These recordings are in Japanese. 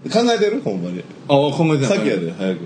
考えてるほんまに。 考えてない。 さっきやで、早く。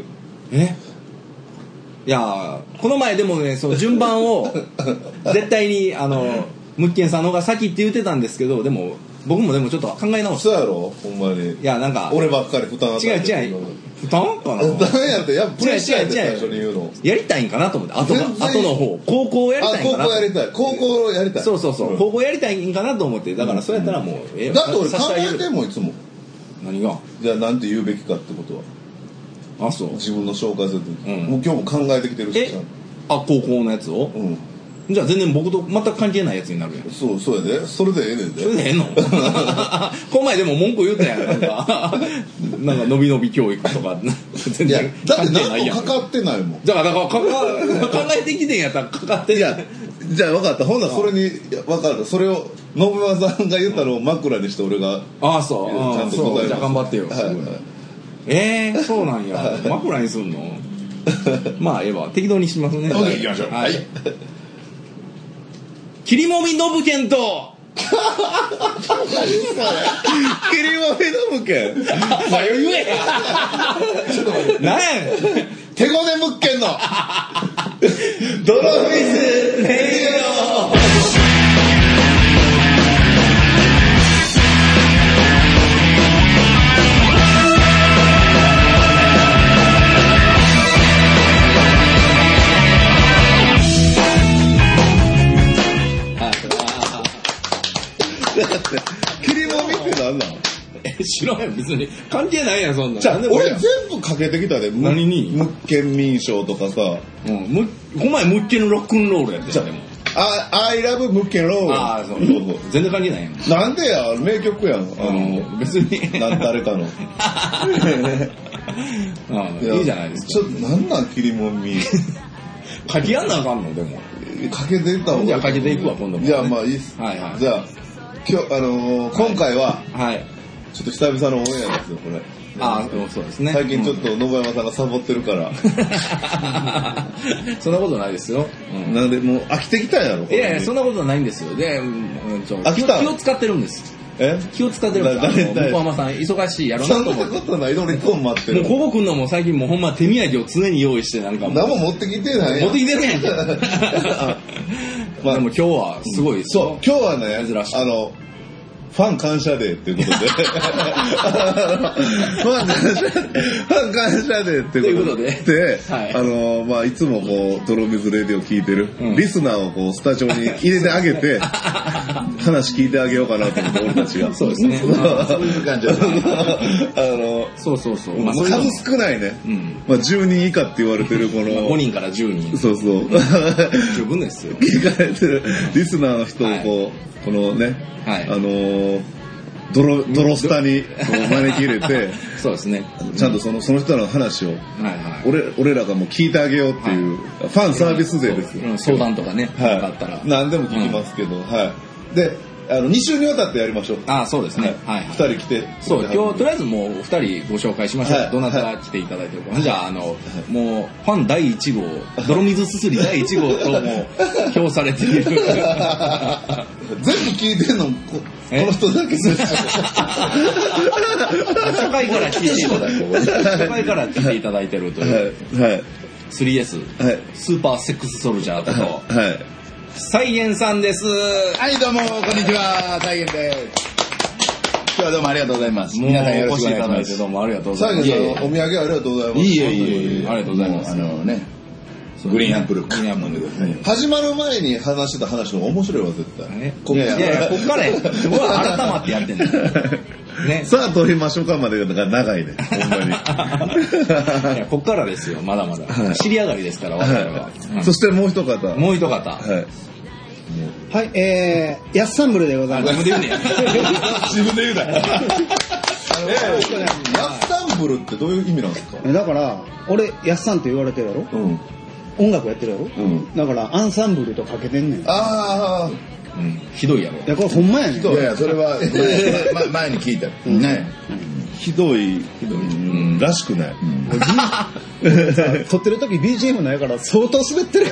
いやこの前でもね、その順番を絶対にムッケンさんの方が先って言ってたんですけど、でも僕もでもちょっと考え直して。 そうやろほんまに。 いやなんか俺ばっかり負担与えて。 違う負担かな。 ダメやって、やっぱプレッシャーやって最初に言うの。 やりたいんかなと思って、後の方高校やりたいんかな。 高校やりたい。高校やりたい。 そう、高校やりたいんかなと思って、だからそうやったらもうだって俺考えてんもんいつも。 何が。 じゃあなんて言うべきかってことは。 そう。 自分の紹介するとき、もう今日も考えてきてるし。 高校のやつを。じゃあ全然僕と全く関係ないやつになるやん。 そうやで。それでええねんで。 それでええの。この前でも文句言うたやん。なんか伸び伸び教育とか全然関係ないやん。だって何もかかってないもん。 だから考えてきてんやったらかかってんやん。 じゃあ分かった。ほんならそれに分かる。それを信長さんが言ったのを枕にして俺がそうちゃんと答えます。 じゃあ頑張ってよ。そうなんや。枕にすんの。まあええわ、適当にしますね。 行きましょう。はい。 切りもみのぶけんと切りもみのぶけん。 まあ言えや。ちょっと待って。何やねん。 手ごねむっけんの泥水レイディ切りもみって何なん？ 知らんやん、別に関係ないやん、そんな。 じゃあ俺全部かけてきたで。 何に？ ムッケン民賞とかさ。 こ前ムッケンのロックンロールやってん。でも I love ムッケンロール。 そう全然関係ないやん。 なんでや、名曲やん。 別に誰かの。 いいじゃないですか。 ちょっとなんなん切りもみ。 書きやんなあかんのでも。 かけていった方が。 じゃあかけていくわ今度も。 じゃあまあいいっす。じゃあ今回はちょっと久々のオンエアですよこれ。 そうですね。 最近ちょっと信山さんがサボってるから。 そんなことないですよ。 なんでもう飽きてきたんやろ。 いやそんなことないんですよ。で気を使ってるんです。気を使ってるんです。向山さん忙しいやろなと思って。 そんなことない。俺いつも待ってる。 もうここ来んのも最近もうほんま手土産を常に用意してなんか何も持ってきてないやん。 持ってきてないやん。でも今日はすごいですよ。 今日はね珍しい。 ファン感謝デーっていうことでファン感謝デーっていうことでまあいつもこう泥水レディを聞いてるリスナーをこうスタジオに入れてあげて話聞いてあげようかなと思って俺たちが。 そうですね。そういう感じだ。そう数少ないね。10人以下って言われてるこの 5人から10人。 そう十分ですよ。 聞かれてるリスナーの人をこのね泥スタに招き入れてそうですね。 ちゃんとその人らの話を俺らがもう聞いてあげようっていうファンサービスデーですよ。 相談とかねあったら何でも聞きますけど。で2週にわたってやりましょう。 そうですね。 2人来て。 そう今日とりあえずもう2人ご紹介しましょう。どなたが来ていただいてるか。じゃあもうファン第1号泥水すすり第1号とも評されている。 全部聞いてんのこの人だけです。 初回から聞いていただいてる。初回から聞いていただいてるという 3S スーパーセックスソルジャーとサイエンさんです。 はいどうもこんにちは、サイエンです。今日はどうもありがとうございます。皆さんよろしくお願いします。 どうもありがとうございます。 サイエンさんお土産ありがとうございます。 いえありがとうございます。 グリーンアップルでですね。 始まる前に話してた話の方が面白いわ絶対。 いやこっからね。そこは改まってやってんだよ。ね。 さあ撮りましょうかまでが長いね。ほんまに。 いやこっからですよまだまだ。尻上がりですから我々は。 そしてもう一方。 はい、ヤッサンブルでございます。 自分で言うな。ヤッサンブルってどういう意味なんですか？ だから俺ヤッサンって言われてるやろ。音楽やってるやろ。だからアンサンブルとかけてんねん。 ひどいやろ。 いやこれほんまやねん。 いやそれは前に聞いたね。 ひどいらしくない。 撮ってる時 BGM ないから相当滑ってる。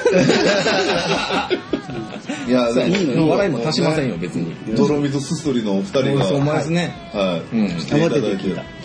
いや笑いも足しませんよ別に。 泥水すすりのお二人が。 そう思いますね。 来ていただいて。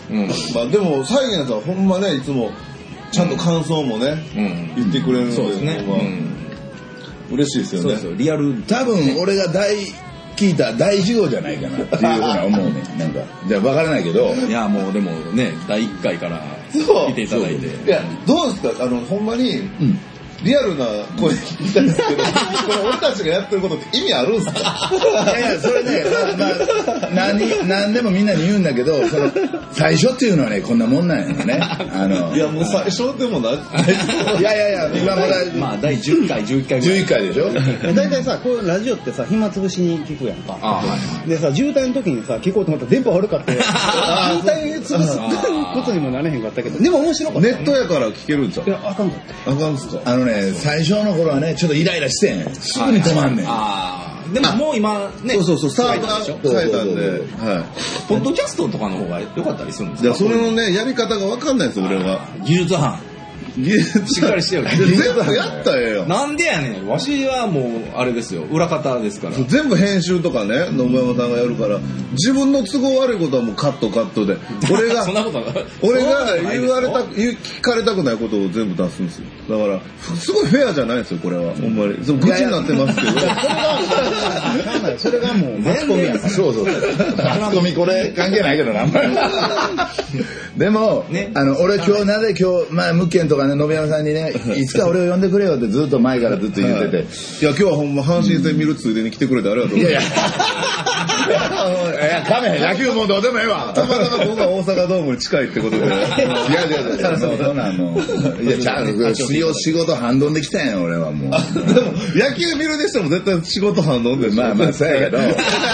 まあでも再現さんはほんまねいつもちゃんと感想もね言ってくれるので、そうですね。嬉しいですよね。そうリアル。 多分俺が聞いた第1号じゃないかなっていうふうな思うね。なんかじゃあ分からないけど。 いやもうでもね第1回から来ていただいて。 いやどうですかほんまに。リアルな声聞きたいんですけど、これ俺たちがやってることって意味あるんすか？ いやそれね、何でもみんなに言うんだけど、最初っていうのはねこんなもんなんやね。 いやもう最初でもない。 いや今まあ第10回11回 11回でしょ。 大体さこういうラジオってさ暇つぶしに聞くやんか。でさ渋滞の時にさ聞こうと思ったら電波悪かったよ。渋滞潰すことにもなれへんかったけど、でも面白かった。 ネットやから聞けるんちゃう？ いやあかんかった。 あかんすか？ 最初の頃はねちょっとイライラしてんすぐに止まんねん。 でももう今ねそうサーバー変えたんで、 ポッドキャストとかの方が良かったりするんですか？ いやそれのねやり方が分かんないですよ俺は。 技術班しっかりしてよ。 全部やったらええよ。 なんでやねん。わしはもうあれですよ裏方ですから。 全部編集とかね信山さんがやるから自分の都合悪いことはもうカットで俺がそんなこと俺が聞かれたくないことを全部出すんですよ。だからすごいフェアじゃないですよこれはほんまに。愚痴になってますけど。 それがもうマスコミやから。 そうマスコミこれ関係ないけどな。でも俺今日まあムッケンとかね信山さんにねいつか俺を呼んでくれよってずっと前からずっと言ってて、 いや今日はほんま阪神戦見るついでに来てくれてありがとうございます。 いやカメ野球もどうでもええわ。 たまたま僕は大阪ドームに近いってことで。いやそうなの。いやちゃんと仕事半ドンで来たんや俺はもう。 でも野球見るにしても絶対仕事半ドンでしょ。 まあそうやけど。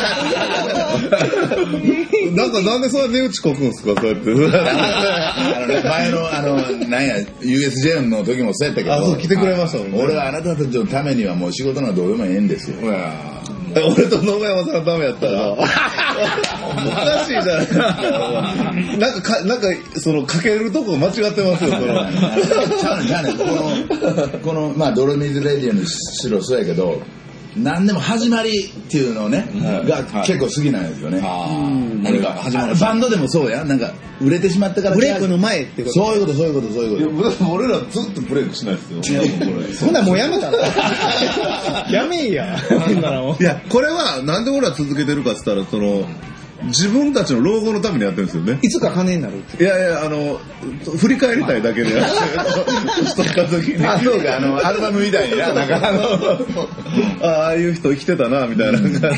なんでそんな値打ちこくんすかそうやって。 前のなんや USJ の時もそうやったけど。 そう来てくれましたもんね。 俺はあなたたちのためにはもう仕事なんかどうでもええんですよ。 俺と信山さんダメやったらおかしいじゃないなんかそのかけるとこ間違ってますよ。 このまあ泥水レディオにしろそうやけど何でも始まりっていうのねが結構好きなんですよね。 何か始まるバンドでもそうやなんか売れてしまったからブレイクの前ってこと。 そういうこと俺らずっとブレイクしないですよ。 そんなもうやめたらやめいや。 いやこれはなんで俺ら続けてるかっつったら自分たちの老後のためにやってるんですよね。 いつか金になるって。 いや振り返りたいだけで年取った時にそうかアルバムみたいになんかああいう人生きてたなみたいな感じで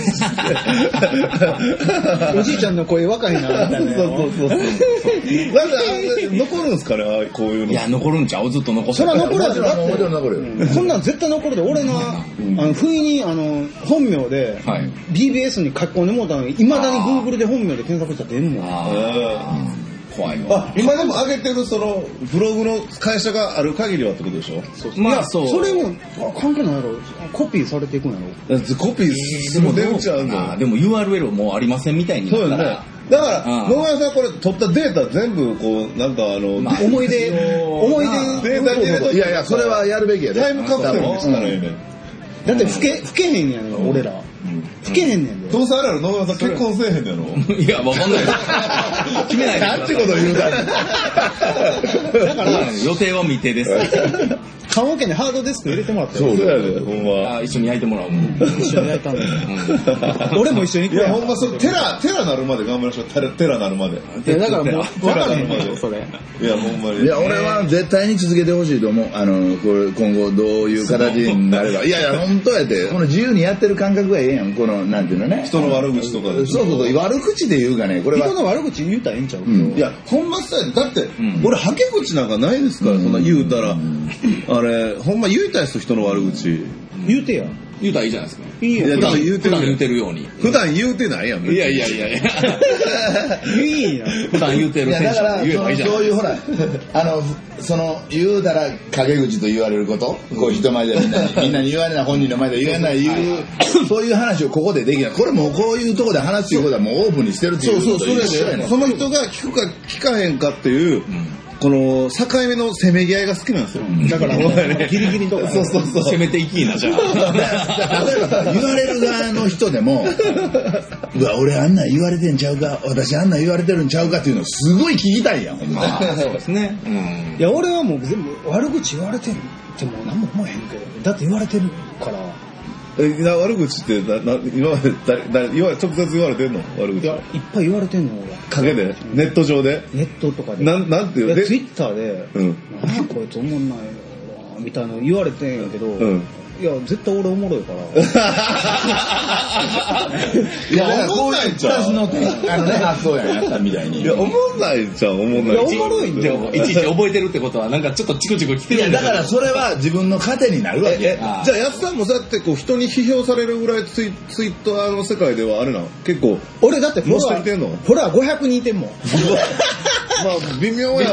おじいちゃんの声若いなみたいな。そうなんで残るんすかねこういうの。 いや残るんちゃうずっと残してる。 それは残るやつだって。 もちろん残るよ。 こんなん絶対残るで俺不意に本名で BBS に書き込んでもうたのにいまだに Googleで本名で検索したら出んもん。 怖いわ。 今でも上げてるそのブログの会社がある限りはってことでしょ。 まあそう。 それも関係ないやろ。コピーされていくんやろ。 コピーする出打ちあるの。 でも URL もうありませんみたいに言ったら。 だから野村さんこれ取ったデータ全部こうなんか思い出データに入れといやそれはやるべきやで。 タイムカプセルにしたらいいね。 だって老けへんやん俺ら。老けへんねんで。 どうせあれやろ野村さん結婚せえへんやろ。 いやわかんない。決めないで。 なんてこと言うただから予定は未定です。 棺桶にハードディスク入れてもらって。 そうだよねほんま。 一緒に焼いてもらおう。 一緒に焼いたんだよ。俺も一緒に行くやん。 いやほんまそれテラなるまで頑張りましょう。テラなるまで。 いやだからもう分からへんねんそれ。 いやほんまに。 いや俺は絶対に続けてほしいと思う。これ今後どういう形になれば。いや本当やってこの自由にやってる感覚がええやん。このなんていうのね。 人の悪口とかで。 そう悪口で言うかねこれは。 人の悪口言うたらええんちゃう。 いやほんまさだって俺はけ口なんかないですからそんな言うたらあれほんま言いたい人の悪口言うてや。 言うたらいいじゃないですか。 いいよ。 普段言うてるように。 普段言うてないやん。 いや。 いいや。 普段言うてる選手だから言えばいいじゃない。 そういうほら言うたら陰口と言われることこう人前でみんなに言われない本人の前で言わないそういう話をここでできない。これもうこういうところで話すっていうことはもうオープンにしてるっていうことそうそれでその人が聞くか聞かへんかっていうこの境目のせめぎ合いが好きなんですよ。 だからギリギリのとこそう攻めていきなじゃあ。 例えば言われる側の人でもうわ俺あんな言われてんちゃうか私あんな言われてるんちゃうかっていうのすごい聞きたいやんほんま。 そうですね。 いや俺はもう全部悪口言われてるってもう何も思えへんけどだって言われてるから。 悪口って今まで直接言われてんの悪口。 いやいっぱい言われてんの俺。 陰でネット上で。 ネットとかで。 なんていう。 ツイッターで。なんやこいつおもんないわみたいな言われてんやけど。いや絶対俺おもろいから。 いやこういうプラスの発想やったみたいに。 いやおもんないじゃんおもんない。 いやおもろいんだよ。 いちいち覚えてるってことはなんかちょっとチクチク来てるんだ。 だからそれは自分の糧になるわけ。 じゃあ安さんもそうやってこう人に批評されるぐらいツイッターの世界ではあれな結構。 俺だってフォロワー500人いてんもん。 まあ微妙やわ。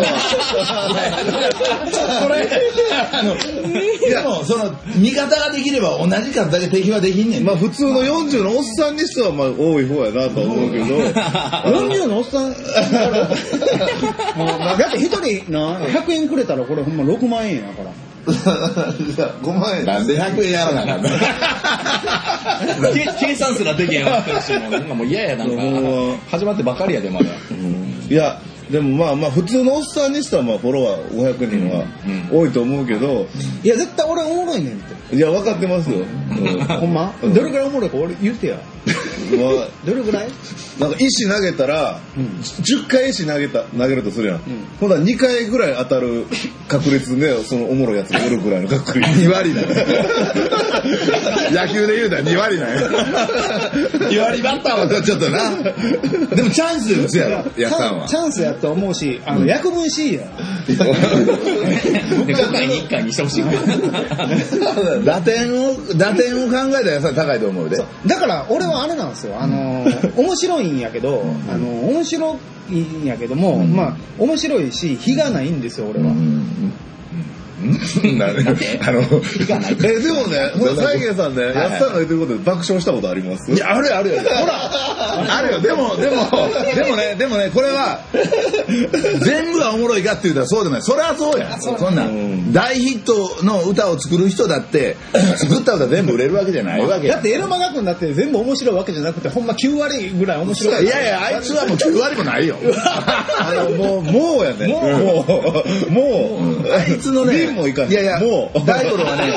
これでもその味方ができれば同じ数だけ敵はできんねん。 まあ普通の40のおっさんにしてはまあ多い方やなと思うけど。 40のおっさんだって一人な100円くれたらこれほんま6万円やから。 5万円なんで100円やらなかった。 計算すらできへんわってるしなんかもう嫌やなんか始まってばかりやでまだ。 いやでもまあ普通のおっさんにしてはまあフォロワー500人は多いと思うけど、 いや絶対俺おもろいねんって。 いや分かってますよ。 ほんま？どれくらいおもろいか俺言ってや。どれぐらい？ なんか石投げたら10回石投げるとするやん。ほんなら2回ぐらい当たる確率でそのおもろいやつがおるぐらいの確率。 2割だよ。野球で言うたら2割だよ。2割バッターはちょっとな。でもチャンスですやろ。やさんは。 チャンスやと思うし、約分 C や。 5回に1回にしてほしい。 打点を考えたらやさん高いと思うで。 だから俺はあれなんですよ。面白いんやけど、面白いんやけども、まあ面白いし非がないんですよ俺は。 でもね、再現さんね、安さんが言ってることで爆笑したことあります？ いや、あるよ。ほら、あるよ。でもね、これは、全部がおもろいかって言うたらそうでもない。それはそうや。そんな、大ヒットの歌を作る人だって、作った歌全部売れるわけじゃないわけ。 だってエロマガ君だって全部面白いわけじゃなくて、ほんま9割ぐらい面白い。 いや、あいつはもう9割もないよ。 もうやね。もう。 あいつのね、 もういかん。 いやもう大五郎はね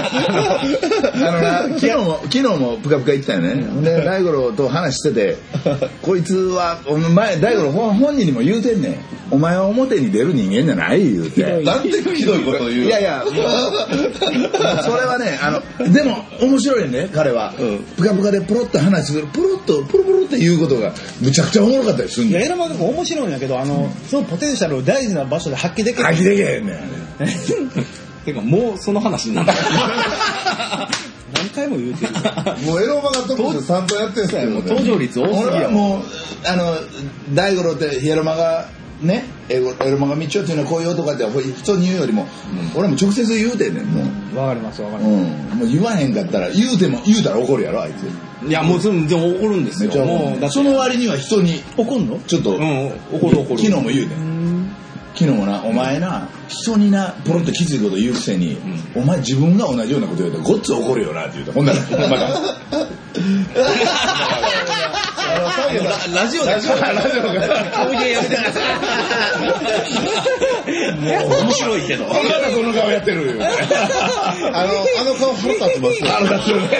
昨日もプカプカ行ったよね。で大五郎と話しててこいつは前大五郎本人にも言うてんねん。お前は表に出る人間じゃない言うて。 なんでひどいこと言う。 いやそれはねでも面白いね彼は。プカプカでプロッと話するプロって言うことがむちゃくちゃおもろかったりするんだよ。 いやエロマガ君面白いんやけどそのポテンシャルを大事な場所で発揮できへん。 発揮できへんねん。 てかもうその話になった。何回も言うてる。 もうエロマガ特集散々やってんすよ。 もう登場率多すぎや。 俺はもう大五郎ってエロマガねエロマガ道夫っていうのはこういう男って普通に言うよりも、俺も直接言うてんねんもう。 わかります。 もう言わへんかったら言うたら怒るやろあいつ。 いやもう全然怒るんですよ。 もうその割には人に怒んの？ ちょっと怒る。 昨日も言うてん。昨日もなお前な人になポロッときついこと言うくせに、お前自分が同じようなこと言うとごっつ怒るよなって言うとほんならラジオで顔芸やめてください。もう面白いけど。 まだその顔やってるよ。 顔腹立ちますよ。腹立つよね。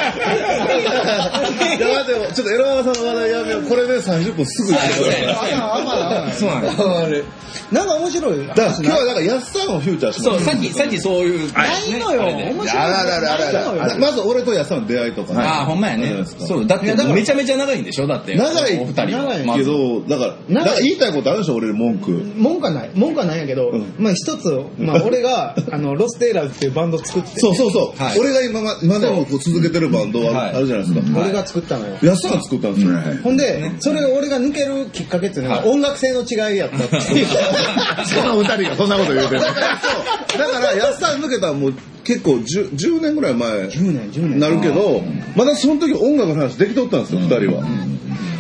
いや待ってちょっとエロマガさんの話題やめよう。これで30分すぐ行ってそうなんです。 なんか面白い。 だから今日はなんか安さんをフューチャーしてそうさっきそういうないのよ。面白い。 まず俺と安さんの出会いとかね。 ほんまやね。そうだってめちゃめちゃ長いんでしょだって長いお二人はけどだから言いたいことあるでしょ俺文句はないんやけど、まあ一つ俺がロステーラーズっていうバンド作って。 そう俺が今でも続けてるバンドはあるじゃないですか。 俺が作ったのよ。 安さん作ったんですよ。 ほんでそれを俺が抜けるきっかけっていうのは音楽性の違いやったっていう。 その二人がそんなこと言うてる。 だから安さん抜けたらもう結構10年ぐらい前 10年なるけどまだその時音楽の話できとったんですよ2人は。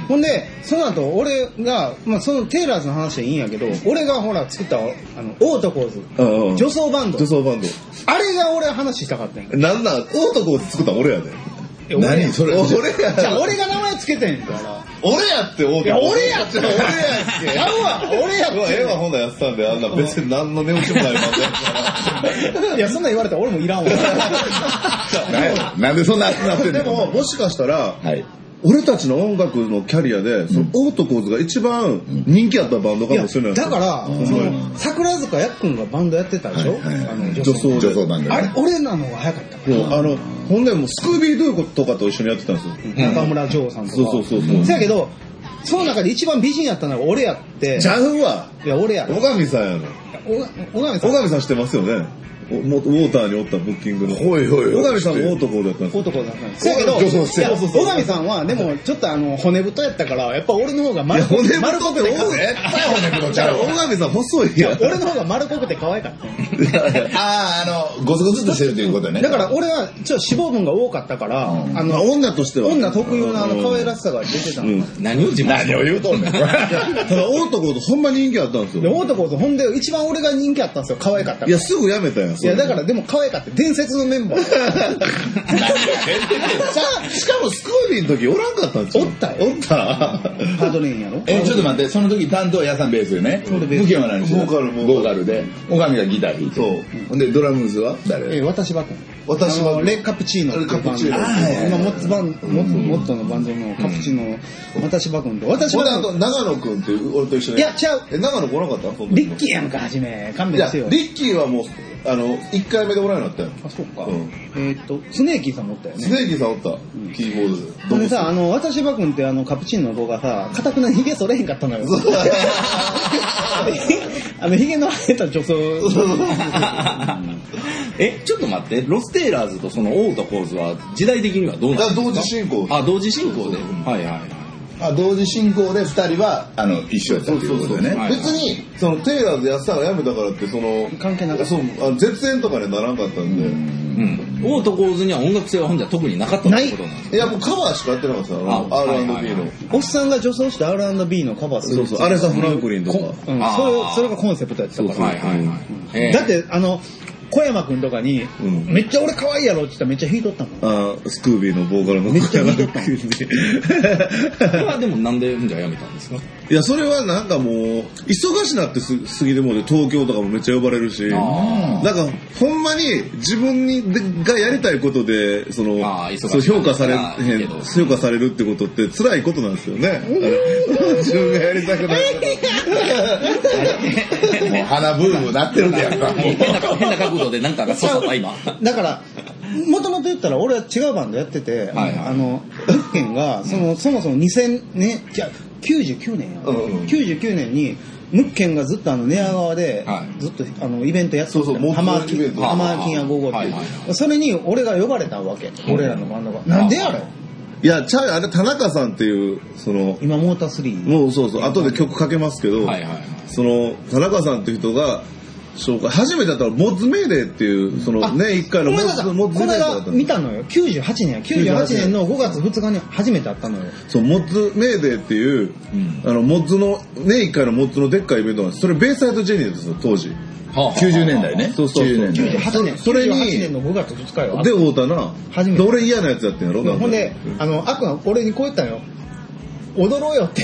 ほんでその後俺が、まあ、そのテイラーズの話でいいんやけど、俺がほら作ったオートコーズ女装バンド、あれが俺話したかったんや。 なんなんオートコーズ作ったん俺やで。 何それ。 じゃあ俺が名前つけてんから。 俺やってオートコーズ。いや俺やってやるわ俺やって。 ええわほんならやってたんで、あんな別に何の値打ちもないまで。いやそんな言われたら俺もいらんわ。 なんでそんななってんの。 でももしかしたら。俺たちの音楽のキャリアで、そのオートコーズが一番人気あったバンドかもしれない。 だから、桜塚やっくんがバンドやってたでしょ、 女装バンド。 あれ、俺らの方が早かったから。 ほんでもうスクービードゥとかと一緒にやってたんですよ。 中村城さんとか。 そう。 そやけど、その中で一番美人やったのが俺やって。 ちゃうわ。 いや、俺や。 小上さんやの。小上さん知ってますよね。ウォーターにおったブッキングの。小上さんもオートコーズだったんですよ。 オートコーズだったんです。だけど、小上さんはでもちょっと骨太やったから、やっぱ俺の方が丸っこくて。 骨太って絶対骨太ちゃう。小上さん細いやん。 俺の方が丸っこくて可愛かった。 ゴツゴツとしてるということね。 だから俺はちょっと脂肪分が多かったから、 女としては。 女特有の可愛らしさが出てたの。 何を言うとんねん。 ただオートコーズほんま人気あったんですよ。 オートコーズほんで一番俺が人気あったんですよ。可愛かったから。 いや、すぐやめたやん。 いや、だからでも可愛かった。伝説のメンバー。しかもスクービーの時おらんかったんちゃう？ おったよ。 おった。 ハードレインやろ？ ちょっと待って、その時担当はヤさんベースよね。向山は何してた？ボーカルで。小上がギター弾いて。そう。ほんでドラムズは誰？ 私バ君。レカプチーノ。 カプチーノ。 今モットのバンドのカプチーノ、私バ君と。 私バ君。長野君って俺と一緒に。 いや、ちゃう。 長野来なかった？ リッキーやんか、はじめ。勘弁してよ。 リッキーはもう、1回目でおらんようになったよ。 あ、そうか。スネーキーさんもおったよね。 スネーキーさんおった。キーボードで。 ほんでさ、私ばくんってカプチーノの子がさ、かたくなにヒゲ剃れへんかったのよ。ヒゲの生えた女装。 ちょっと待って、ロステイラーズとそのオートコーズは時代的にはどうなんですか？ 同時進行。 同時進行で。はいはい。 同時進行で2人は一緒やったっていうことでね。 別にそのテイラーズやったのが辞めたからって関係なかった。 そう絶縁とかにならんかったんで。 オートコーズには音楽性はほんじゃ特になかったってことなんですか？ いやもうカバーしかやってなかったの。R&B の。 おっさんが女装して R&B のカバーする。 そうアレサ・フランクリンとか。 それがコンセプトやってたから。だって小山くんとかに、めっちゃ俺可愛いやろって言ったらめっちゃ弾いとったもん。スクービーのボーカルのめっちゃ弾いとったもん。 それはでもなんでじゃあやめたんですか？ いや、それはなんかもう、忙しなってすぎでもで東京とかもめっちゃ呼ばれるし、なんかほんまに自分がやりたいことで、評価されるってことって辛いことなんですよね。自分がやりたくないこと。 もう鼻ブームなってるでやんか。 変な角度でなんかが刺さった今。 だからもともと言ったら俺は違うバンドやってて、ムッケンがそもそも2000年99年や、99年にムッケンがずっと寝屋川でずっとイベントやってた。ハマーキンやゴーゴーっていう。それに俺が呼ばれたわけ。俺らのバンドが。なんでやろ？ いや、あれ田中さんっていう今モーター3 もうそう後で曲かけますけど、田中さんっていう人が紹介初めてだったらモッズメイデーっていう年1回のモッズメイデーだったの。 見たのよ。98年の5月2日に初めて会ったのよ。 そうモッズメイデーっていうモッズの年1回のモッズのでっかいイベントなんです。それベイサイドジェニーですよ当時。 90年代ね。 そう 98年。それに98年の5月2日よ。 で会うたな。初めて。で俺嫌なやつやってんやろ。 ほんであくん俺にこう言ったのよ。踊ろうよって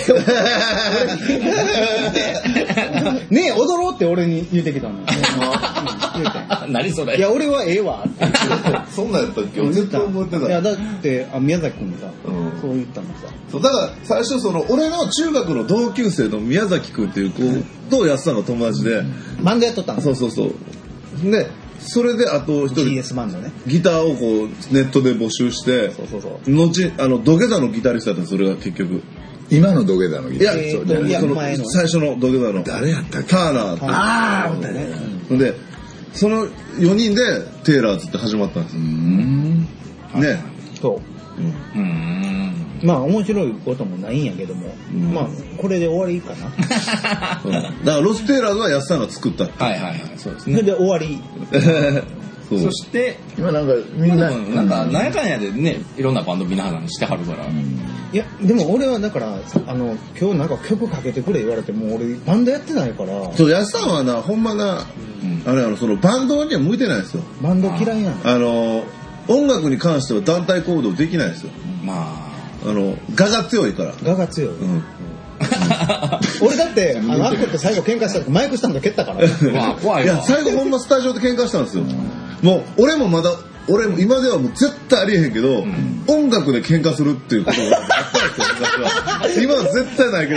ねえ踊ろうって俺に言うてきたの。 何それ？ いや俺はええわってそんなんやったっけ？絶対思ってた。 いやだって宮崎君にさ、そう言ったのさ。 そうだから最初俺の中学の同級生の宮崎君っていう子と安さんが友達でバンドやっとったの。 そうでそれであと一人 GS バンドね。 ギターをこうネットで募集して後土下座のギタリストだったそれが結局。 今の土下座のギター。 いや最初の土下座の誰やったっけ？ ターナーって。 ああね。 でその4人でテイラーズって始まったんですよ。ね。 そう。まあ面白いこともないんやけども、まあこれで終わりかな。 だからロステイラーズは安さんが作ったって。 そうですね。 それで終わり。 そして今なんかみんななんかなんやかんやでねいろんなバンド皆さんしてはるから。 いやでも俺はだから今日なんか曲かけてくれ言われても俺バンドやってないから。 そう安さんはなほんまな、あれそのバンドには向いてないですよ。 バンド嫌いなの。音楽に関しては団体行動できないですよ。 まあ我が強いから。 我が強い。俺だってアッコと最後喧嘩した時マイクスタンド蹴ったから。 まあ怖いわ。 いや最後ほんまスタジオで喧嘩したんですよ。もう俺も今ではもう絶対ありえへんけど、音楽で喧嘩するっていうことがあったんですよ。今は絶対ないけ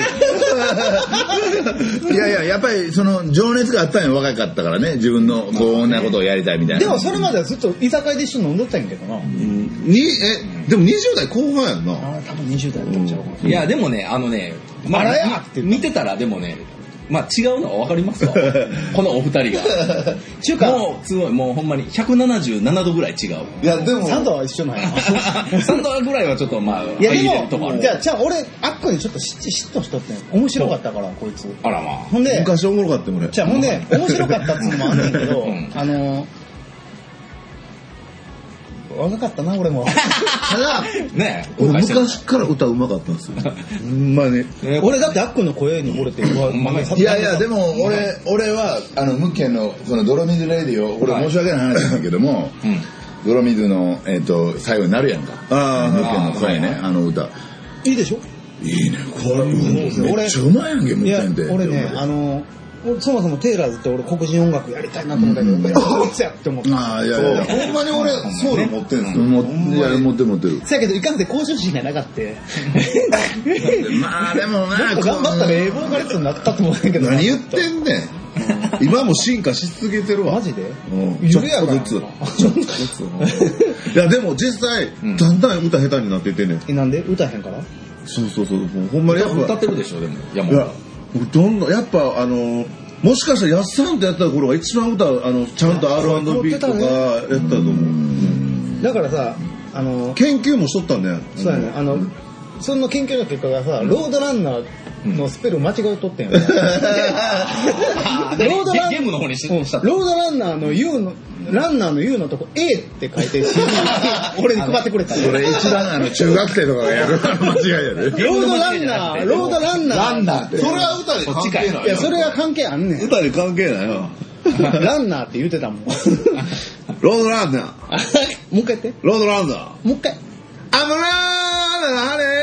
ど。いやいや、やっぱりその情熱があったんよ、若かったからね。自分のこんなことをやりたいみたいな。 でもそれまではずっと居酒屋で一緒に飲んどったんやけどな。 でも20代後半やんな。 多分20代だったんちゃうかな。 いやでもねまあ見てたらでもね。まあ違うのは分かりますわこのお二人が中華もうすごいもうほんまに177度ぐらい違う。 いやでもサンドは一緒なんやサンドぐらいはちょっとまあいやでもじゃあ俺あっこにちょっと嫉妬しとって面白かったからこいつ。 あらまあほんで昔おもろかったもんね。 じゃあほんで面白かったっつうのもあんねんけど若かったな俺も。 ただね俺昔から歌うまかったんですよ。まあね。 俺だってあっこの声に惚れて。 いやいやでも俺はムッケンのその泥水レディオ、これ申し訳ない話だけども、泥水の最後になるやんか。ムッケンの声ね歌。 いいでしょ。 いいねこれめっちゃうまいやんけムッケンって。 俺ねそもそもテイラーズって俺黒人音楽やりたいなと思ったけど、こいつやって思って。 ああいやいやほんまに俺ソウル持ってるんですよ。 いや持ってる。 そやけどいかんせん交渉心がなかった。 まあでもな頑張ったら英語がレッスンになったと思うんだけど。 何言ってんねん。今も進化し続けてるわ。 マジで？ ちょっとずつ。いやでも実際だんだん歌下手になっていってんねん。 なんで歌へんから？ そうほんまにやっぱ歌ってるでしょでも。 いやどんどんやっぱもしかしたらやっさんとやった頃が一番歌ちゃんと R&B とかやったと思う。 だからさ研究もしとったんだよ。 そうやね。その研究の結果がさロードランナーのスペル間違えとってんよ。ロードゲームの方にした。 ロードランナーの U のランナーの U のとこ A って書いて俺に配ってくれた。 それ一番中学生とかがやる間違いやで。 ロードランナーって。 それは歌で関係ない。 いやそれは関係あんねん。 歌で関係ないよ。 ランナーって言ってたもん。 ロードランナー。 もう一回言って。 ロードランナー。 もう一回。 アムラーナー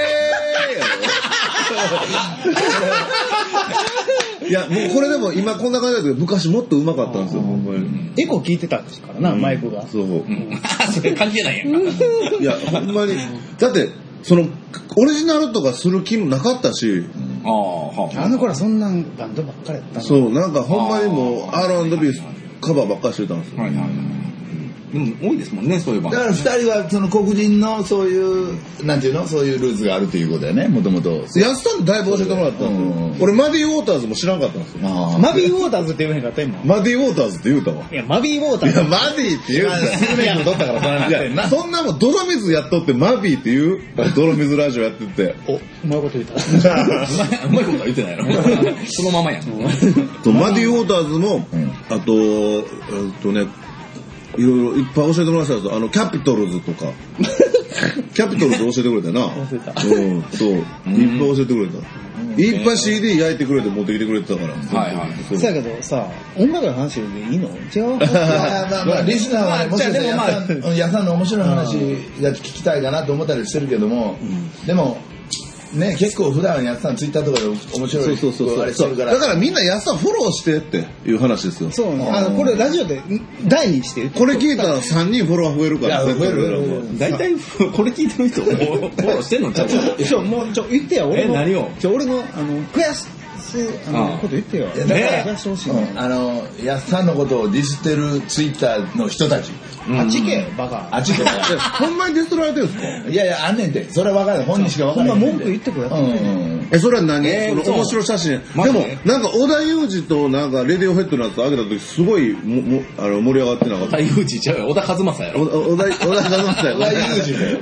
いやもうこれでも今こんな感じだけど昔もっと上手かったんですよ。ほんまにエコー聞いてたんですからな、マイクが。 そう。 それ関係ないやんか。 いやほんまにだってそのオリジナルとかする気もなかったし。 あの頃はそんなバンドばっかりやったの。 そうなんかほんまにもう R&B カバーばっかりしてたんですよ。 でも多いですもんねそういうバンド。 だから2人はその黒人のそういうなんていうのそういうルーツがあるということだよねもともと。 安さんだいぶ教えてもらったんですよ。俺マディ・ウォーターズも知らんかったんですよ。 マビー・ウォーターズって言わへんかった今。 マディ・ウォーターズって言うたわ。 いやマビー・ウォーターズ。 いやマディって言うた。 スルメイク取ったからそれなってんな。 そんなもん泥水やっとってマビーって言う泥水ラジオやってて。 おうまいこと言った。 うまいことは言ってないの。そのままやん。 マディ・ウォーターズもあとねいろいろいっぱい教えてもらったんですよ。キャピトルズとか。キャピトルズ教えてくれたな。 教えた。 そう。いっぱい教えてくれた。いっぱい CD 焼いてくれて持ってきてくれてたから。 はいはい。 そうやけどさ、音楽の話でいいの？違う。 まあリスナーはねもしかしたらやさんの面白い話が聞きたいかなと思ったりしてるけども、でもね結構普段やってたのツイッターとかで面白いあれしてるから。 だからみんな安さんフォローしてっていう話ですよ。 そうね。これラジオで第2してこれ聞いたら3人フォロワー増えるから。 増える。 大体これ聞いてる人フォローしてんのちゃう？ もう言ってよ。 何を？ 俺の悔しこと言ってよ。 だからやすさんのことをディスってるツイッターの人たち。 あっちけバカ。 あっちけ。 ほんまにディスられてるんですか？ いやいやあんねんて。それは分かる。本人しか分からない。 文句言ってくれ。 それは何？その面白い写真。でもなんか織田裕二となんかレディオヘッドのやつ上げた時すごい盛り上がってなかった。 織田裕二ちゃうよ。小田和正やろ。 織田和正やろ。 織田裕二だよ。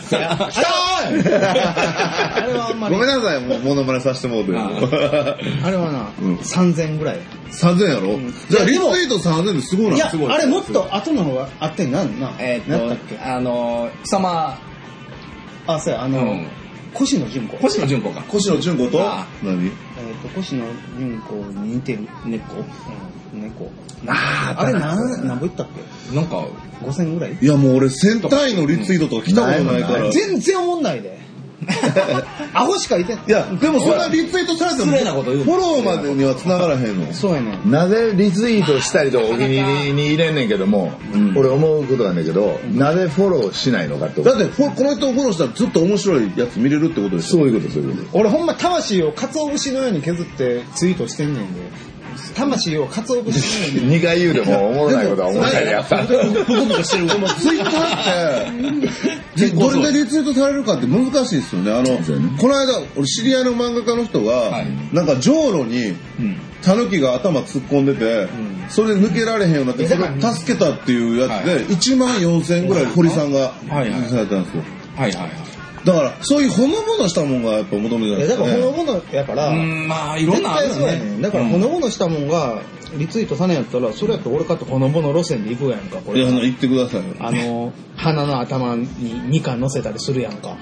あれはあんまり。 ごめんなさいもうモノマネさせてもうて。 あれはな3000ぐらい。 3000やろ？じゃあリツイート3000ってすごいな。 いやあれもっと後の方があってんなんな。 何だっけ？貴様。 あそうや越野純子か。 越野純子と何？ 越野純子に似てる猫。 猫。あれ何ぼ言ったっけ？ なんか 5000ぐらい？ いやもう俺1000単位のリツイートとか来たことないから。 全然思んないで。アホしかいてん。いやでもそんなリツイートされてもフォローまでには繋がらへんの。 そうやね。 なぜリツイートしたりとかお気に入りに入れんねんけども、俺思うことなんだけど、なぜフォローしないのかと。 だってこの人をフォローしたらずっと面白いやつ見れるってことでしょ。 そういうこと。 俺ほんま魂を鰹節のように削ってツイートしてんねんで。魂を鰹節のように 2回言うでもおもろないことは思ったりやった。 ツイッターってどれでリツイートされるかって難しいですよね。この間俺知り合いの漫画家の人がなんかじょうろにタヌキが頭突っ込んでてそれで抜けられへんようになってそれを助けたっていうやつで14000円ぐらい堀さんがされたんですよ。だからそういうほのぼのしたもんがやっぱ求めてるんですよね。 だからほのぼのやからまあいろんなあるよね。 だからほのぼのしたもんがリツイートさねやったらそれやったら俺かってほのぼの路線で行くやんか。これいや言ってくださいよ。 鼻の頭にみかん乗せたりするやんか。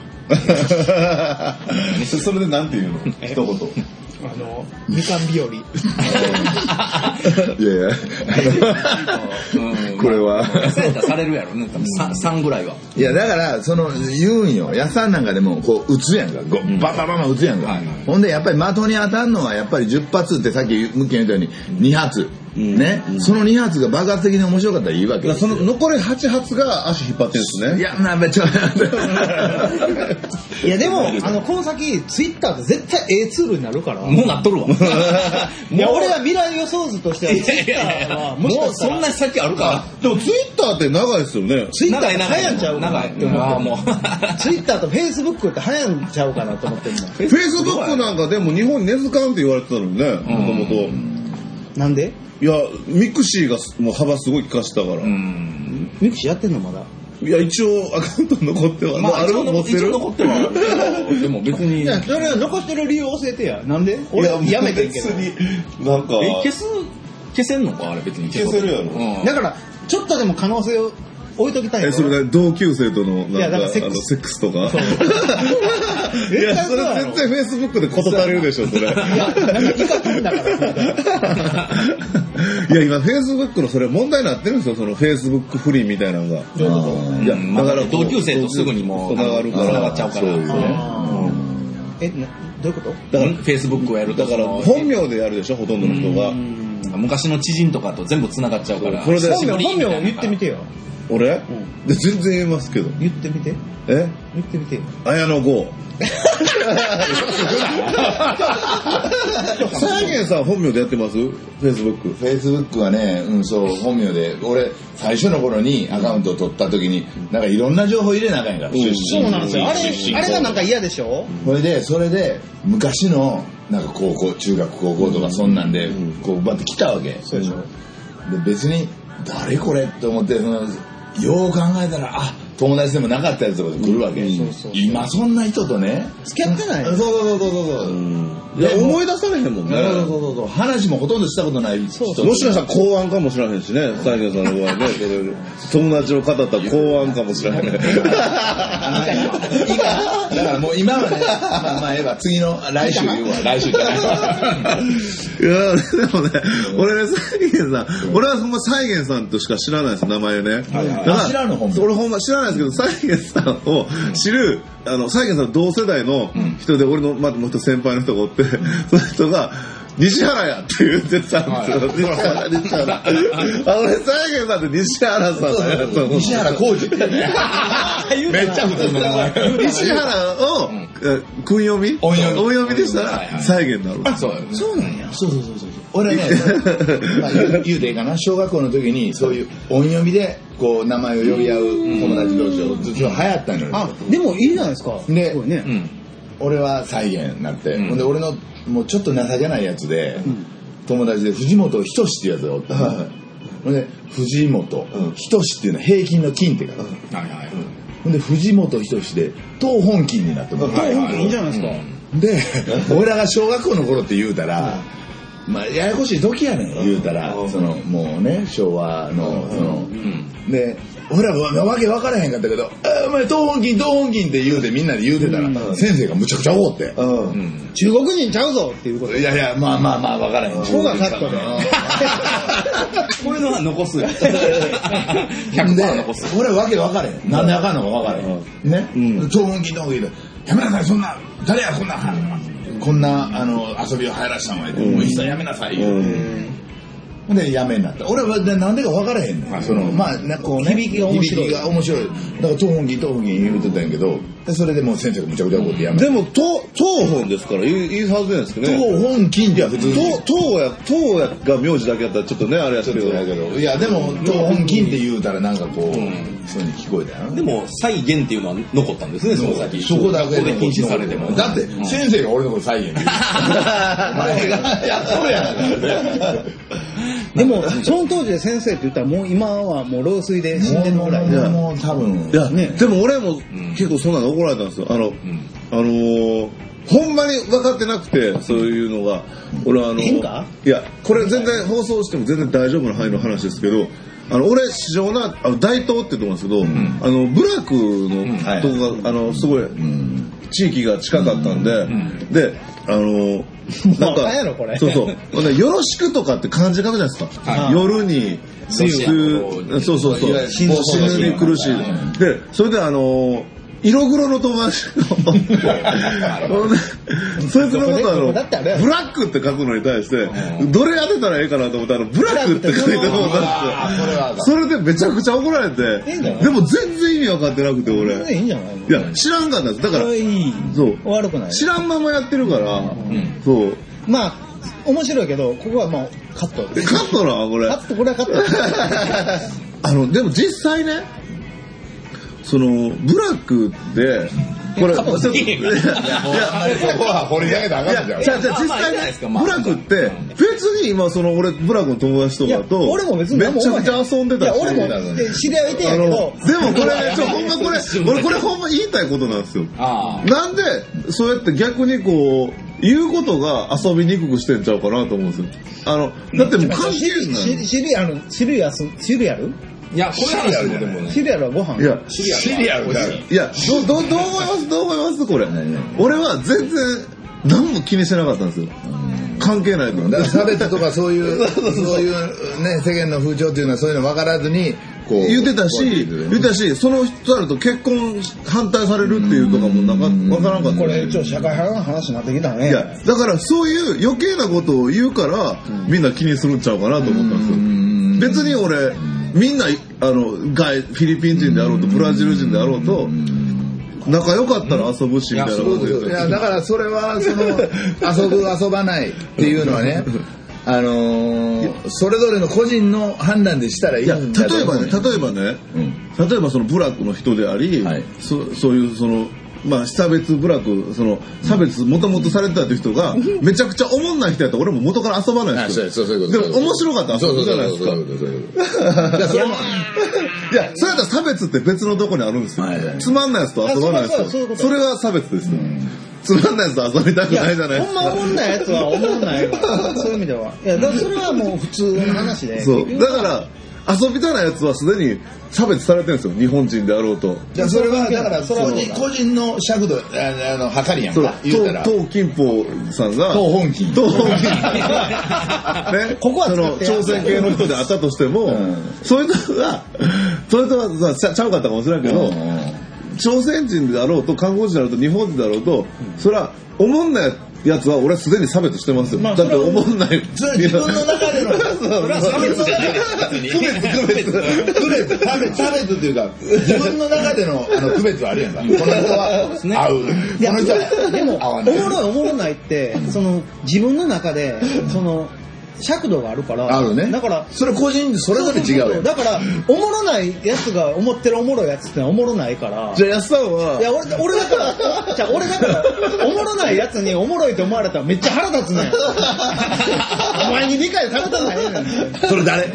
それでなんて言うの一言。 みかん日和。 いやこれはされるやろね。3ぐらいは。 いやだから言うんよ。やさんなんかでもこう撃つやんか。バンバンバンバン撃つやんか。ほんでやっぱり的に当たるのはやっぱり10発ってさっき向き言ったように2発。ね、その2発が爆発的に面白かったらいいわけですよ。 その残り8発が足引っ張ってるんですね。 いやちょいやでもこの先ツイッターって絶対ツールになるから。 もうなっとるわ。 いや俺は未来予想図としてはツイッターはもしかしたらそんな先あるか。 でもツイッターって長いですよね。 ツイッターって流行んちゃうかなって思って。ツイッターとフェイスブックって流行んちゃうかなと思ってるの。 フェイスブックなんかでも日本に根付かんって言われてたのにね。もともと。 なんで？ いやミクシーがもう幅すごい利かしたから。 ミクシーやってんのまだ？ いや一応アカウント残っては、あれも持ってる。 一応残ってはでも別に。 いやそれは残してる理由教えてや。なんで？俺やめてんけど。 なんか消せんのかあれ別に。 消せるやろ。 だからちょっとでも可能性を置いときたい。 それ同級生とのなんかセックスとか。いやそれ絶対フェイスブックで事足りるでしょそれ。いや今フェイスブックのそれ問題になってるんですよ。そのフェイスブック不倫みたいなのが。 いやだから同級生とすぐにも繋がるから繋がっちゃうから。 どういうこと？ だからフェイスブックをやるとだから本名でやるでしょほとんどの人が。 昔の知人とかと全部繋がっちゃうから。 本名を言ってみてよ。 俺？で全然言えますけど。 言ってみて。 言ってみてよ。 綾野剛。サーゲンさん本名でやってます？フェイスブック。 フェイスブックはね、そう本名で俺最初の頃にアカウントを取った時になんかいろんな情報入れなあかんやから。 そうなんですよ。あれがなんか嫌でしょ？ それで昔のなんか高校中学高校とかそんなんでこうバッて来たわけ。 そうでしょ。 で別に誰これって思ってよう考えたら友達でもなかったやつとかで来るわけ。今そんな人とね付き合ってない。 そういや思い出されへんもんね。 そう話もほとんどしたことない人。 もしかしたら公安かもしれへんしね。サイゲンさんの場合ね友達を語った公安かもしれへん。だからもう今はねまあええわ次の来週言うわ。来週じゃない。 いやでもね俺ねサイゲンさん俺はほんまサイゲンさんとしか知らないです名前ね。 知らんの俺ほんま知らないですけどサイゲンさんを知るサイゲンさん同世代の人で俺のもう一先輩の人がおってその人が西原やって言ってたんですよ。西原。俺サイゲンさんって西原さんだよと思って。 西原浩二ってね。めっちゃ普通の名前。 西原を訓読み音読みでしたらサイゲンになる。 そうなんや。そう。俺ね言うていいかな小学校の時にそういう音読みでこう名前を呼び合う友達同士をずっと流行ったのよ。 でもいいじゃないですか。 で俺はサイゲンになってで俺のもうちょっと情けないやつで友達で藤本仁っていうやつがおったので藤本仁っていうのは平均の金って書くほんで藤本仁で東本金になって東本金いいじゃないですか。 で俺らが小学校の頃って言うたらまあややこしい時やねん言うたらそのもうね昭和のそので俺らはわけ分からへんかったけどお前東本金って言うてみんなで言うてたら先生がむちゃくちゃ怒って中国人ちゃうぞっていうこと。 いやまあ分からへんここがカットでこういうのは残す100% 残す。 俺はわけ分からへんなんであかんのか分からへんね東本金やめなさいそんな誰やこんな遊びを流行らしたのがいてもう一切やめなさいよでやめになった俺はなんでか分からへんねんそのまあこうね響きが面白いだから東本金言うてたんやけどそれでもう先生がむちゃくちゃ怒ってやめたでも東本ですからいいはずなんですけどね東本金って普通東やが名字だけやったらちょっとねあれやけどいやでも東本金って言うたらなんかこうそういうに聞こえたよでも再現っていうのは残ったんですねその先そこだけで禁止されてもだって先生が俺のこと再現って言うお前がやっとるやんでもその当時で先生って言ったらもう今はもう老衰で死んでるぐらいでもう多分いやねでも俺も結構そんなの怒られたんですよほんまに分かってなくてそういうのが俺変かいやこれ全然放送しても全然大丈夫な範囲の話ですけど俺市場な大東ってとこなんですけど、ブラックのとこがすごい地域が近かったんで、でなんかそうよろしくとかって漢字書くじゃないですか、夜にそう死ぬに苦しいでそれで色黒の友達のそいつのことブラックって書くのに対してどれ当てたらいいかなと思ったらブラックって書いてもうたんですよ。それでめちゃくちゃ怒られてでも全然意味分かってなくて俺いや知らんかったんですだからそう悪くない知らんままやってるからそうまあ面白いけどここはもうカットカットなこれこれはカットでも実際ねそのブラックでこれそこは掘り上げたらあかんじゃん。 実際ねブラックって別に今その俺ブラックの友達とかと俺も別にめちゃくちゃ遊んでたし俺も知り合いいてんやけどでもこれほんま俺これほんま言いたいことなんですよ。なんでそうやって逆にこう言うことが遊びにくくしてんちゃうかなと思うんですよ。だってもう関係ないシリアルいや、これはでもね。 シリアルはご飯。 いや、 シリアルだ。 いや、どう思いますこれ。俺は全然何も気にしてなかったんですよ。関係ないと。 だから差別とかそういうね世間の風潮っていうのはそういうの分からずにこう言ってたし、その人だと結婚反対されるっていうとかも分からんかった。 これ社会派の話になってきたね。 いや、だからそういう余計なことを言うからみんな気にするんちゃうかなと思ったんですよ。別に俺みんなフィリピン人であろうとブラジル人であろうと仲良かったら遊ぶしみたいなこといやだからそれはその遊ぶ遊ばないっていうのはねそれぞれの個人の判断でしたらいいんだと思う。 例えばそのブラックの人であり、そういうそのまあ差別部落その差別もともとされてたっていう人がめちゃくちゃおもんない人やったら俺も元から遊ばないですよ。でも面白かったら遊ぶじゃないですか。いやそれやったら差別って別のとこにあるんですよ。つまんないやつと遊ばないやつとそれが差別ですよ。つまんないやつと遊びたくないじゃないですか。 ほんまおもんないやつはおもんないわ。そういう意味では。いやだからそれはもう普通の話で。 そうだから遊びたないやつはすでに差別されてるんですよ日本人であろうと。 じゃあそれはだから個人の尺度測りやんか言うたら東金峰さんが東本金ねここはその朝鮮系の人であったとしてもそれとはちゃうかったかもしれないけど朝鮮人であろうと韓国人であろうと日本人であろうとそれはおもんないやつは俺はすでに差別してますよ。だって思んない。 それ自分の中でのそれは差別じゃない差別っていうか自分の中での区別はあるやんか。この人は合う。この人はでもおもろないってその自分の中でその尺度があるからあるね。 だからそれ個人それぞれ違うよ。 だからおもろないやつが思ってるおもろいやつってのはおもろないから。 じゃあ安さんはいや俺だからおもろないやつにおもろいと思われたらめっちゃ腹立つねん。お前に理解されたないねん。 それ誰？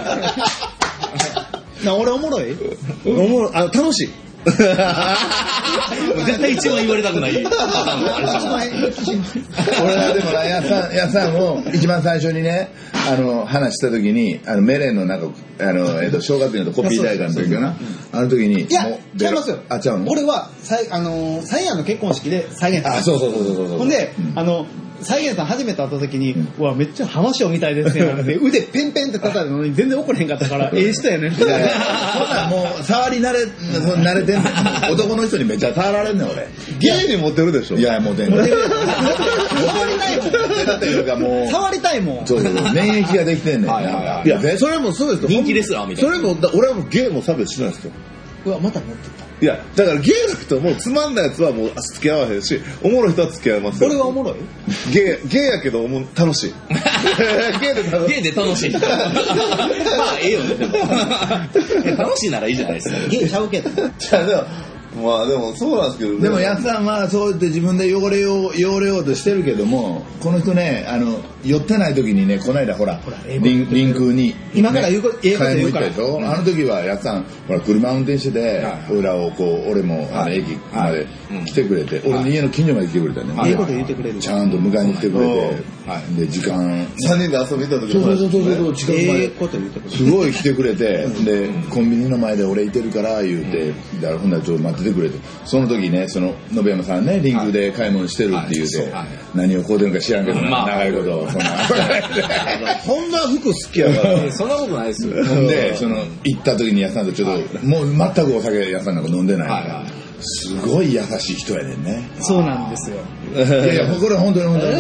俺おもろい？ 楽しい。 絶対一番言われたくないパターンのあれじゃん。 俺はでもな、やさんを一番最初にね、話した時に、メレンのなんか、小学校のコピー大会の時かな。あの時に。 いや、違いますよ。 あ、違うの？ 俺は、サイヤンの結婚式で再現さん。 あ、そう。 ほんで、再現さん初めて会った時に、うわ、めっちゃ浜章みたいですね。なんて腕ペンペンって叩いたのに全然怒れへんかったから、人やねん。 そんなんもう、触り慣れてんねん。男の人にめっちゃ触られんねん、俺。 ゲイにモテるでしょ？ いや、モテんねん。 触りたいもん。触りたいもん。 そう。免疫ができてんねん。 いや、それもそうですよ。 人気レスラーみたいな。 それも、俺はもうゲイも差別しないですよ。 うわ、また持ってた。 いや、だからゲイの人もつまんないやつはもう付き合わへんし、おもろい人は付き合いますよ。 俺はおもろい？ ゲイやけど楽しい。 ゲイで楽しい。まあ、ええよね、でも。楽しいならいいじゃないですか。 ゲイちゃうけど。 じゃあ、まあでもそうなんですけど、ね、 でもやっさんはそうやって自分で汚れようとしてるけども、この人ね、寄ってない時にね、この間ほらリンクに今から言うこと言うから、 でしょ、あの時はやっさんほら車運転してて、裏をこう俺も駅まで来てくれて、俺の家の近所まで来てくれたね。 いいこと言ってくれる。 ちゃんと迎えに来てくれて、で時間 3人で遊びに行った時そう近くまでこと言ってくれる。 すごい来てくれて、でコンビニの前で俺いてるから言うて、ほんならちょっと待っててくれて、その時ね、その信山さんね、リンクで買い物してるって言うて、何をこうでるか知らんけど、長いことそんなそんな服好きやからそんなことないですよ。 で行った時にやさんとちょっともう全くお酒やさんなんか飲んでないから、すごい優しい人やねんね。 そうなんですよ。 いやこれ本当にこの人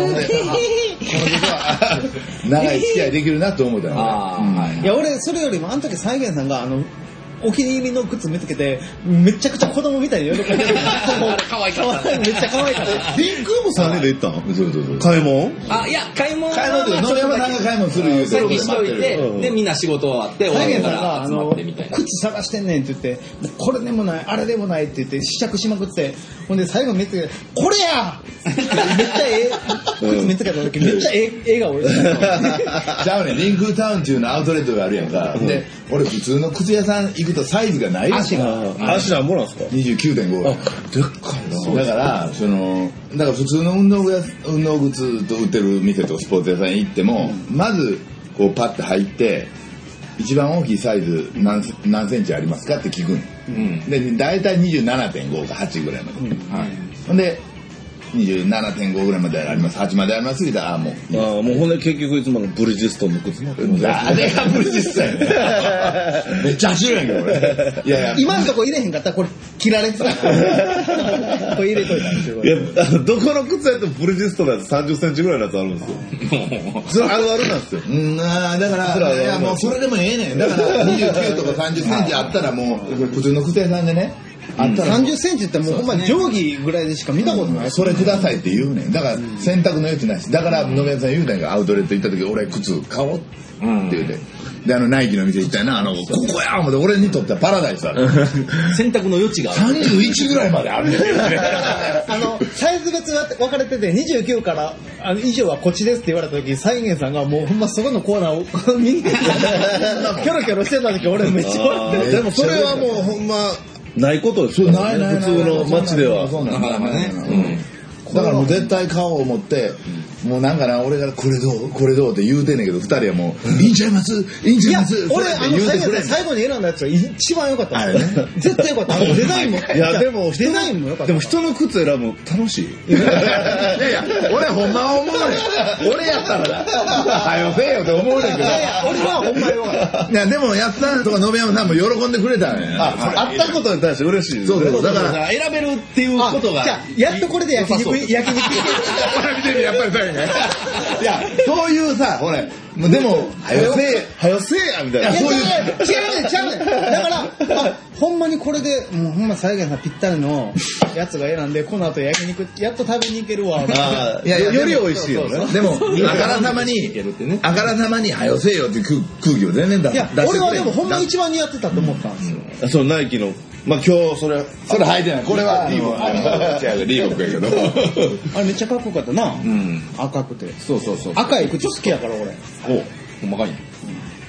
は長い付き合いできるなと思ったの。 いや俺それよりもあの時再現さんがお気に入りの靴見つけてめちゃくちゃ子供みたいに喜んでる。 可愛かった。 めっちゃ可愛かった。 リンクも3人で行ったの？ そう買い物？ あ、いや、買い物って野山さんが買い物する言うてさっきしといて、でみんな仕事終わって再現さんが集まってみたいな。 靴探してんねんって言って、これでもないあれでもないって言って試着しまくって、ほんで最後見つけてこれや。めっちゃ靴見つけた時めっちゃ笑顔でした。 ちゃうね、リンクタウンっていうのアウトレットがあるやんか。で俺普通の靴屋さん行くとサイズがない足なんぼなんですか ？29.5。 でっかいな。 だから普通の運動靴と売ってる店とスポーツ屋さん行っても、まずこうパッて入って一番大きいサイズ何センチありますかって聞くん。で大体 27.5 か8ぐらいまで。ほんで27.5 ぐらいまであります、8までありますって言ったら、もうほんで結局いつものブリヂストンの靴持ってる。 誰がブリヂストンやねん。めっちゃ走るやんけ俺。いや今のとこ入れへんかったらこれ切られてた。これ入れといたんですよ。 いやどこの靴やってもブリヂストンのやつ30センチぐらいのやつあるんですよ。それあるあるなんですよ。 だからいやもうそれでもええねん。だから29とか30センチあったらもう普通の靴屋さんでね。 30センチってもうほんまに定規ぐらいでしか見たことない。 それくださいって言うねん。だから選択の余地ないし、だから野宮さん言うねんが、アウトレット行った時俺靴買おうって言うて、でナイキの店行ったよな、ここや思って、俺にとってはパラダイスだ。 選択の余地がある。 31ぐらいまであるんだよね。 サイズ別が分かれてて29から以上はこっちですって言われた時、再現さんがもうほんまそこのコーナーを見にキョロキョロしてた時俺めっちゃ笑って。 でもそれはもうほんまないことですよね。普通の街では。 なかなかね。 だからもう絶対買おう思って、もうなんかな、俺がこれどうって言うてんねんけど、二人はもう、いいんちゃいます俺最後に選んだやつが一番良かった。絶対良かった。デザインも。 いやでもデザインも良かった。 でも人の靴選ぶの楽しい。 いや俺ほんまは思うねん。俺やったらはよせえよって思うねんけど。 俺はほんま良かった。 いやでもやったんとか野山さんも喜んでくれたんや。 あったことに対して嬉しい。 そうだから選べるっていうことが。 じゃあやっとこれで焼肉見てみやっぱりそうやね。いやそういうさ、ほらでもはよせえやみたいな。 違うねん。だからほんまにこれでもうほんま再現さんぴったりのやつが選んで、この後焼肉やっと食べに行けるわ。 いやより美味しいよね。 でもあからさまにはよせえよって空気を全然出して。 いや俺はでもほんま一番似合ってたと思ったんですよ。 そうナイキの。まあ今日それ履いてない。これはリーボックやけど。 あれめっちゃかっこよかったな。赤くて。 そう。 赤い靴好きやから俺。 ほんまかいね。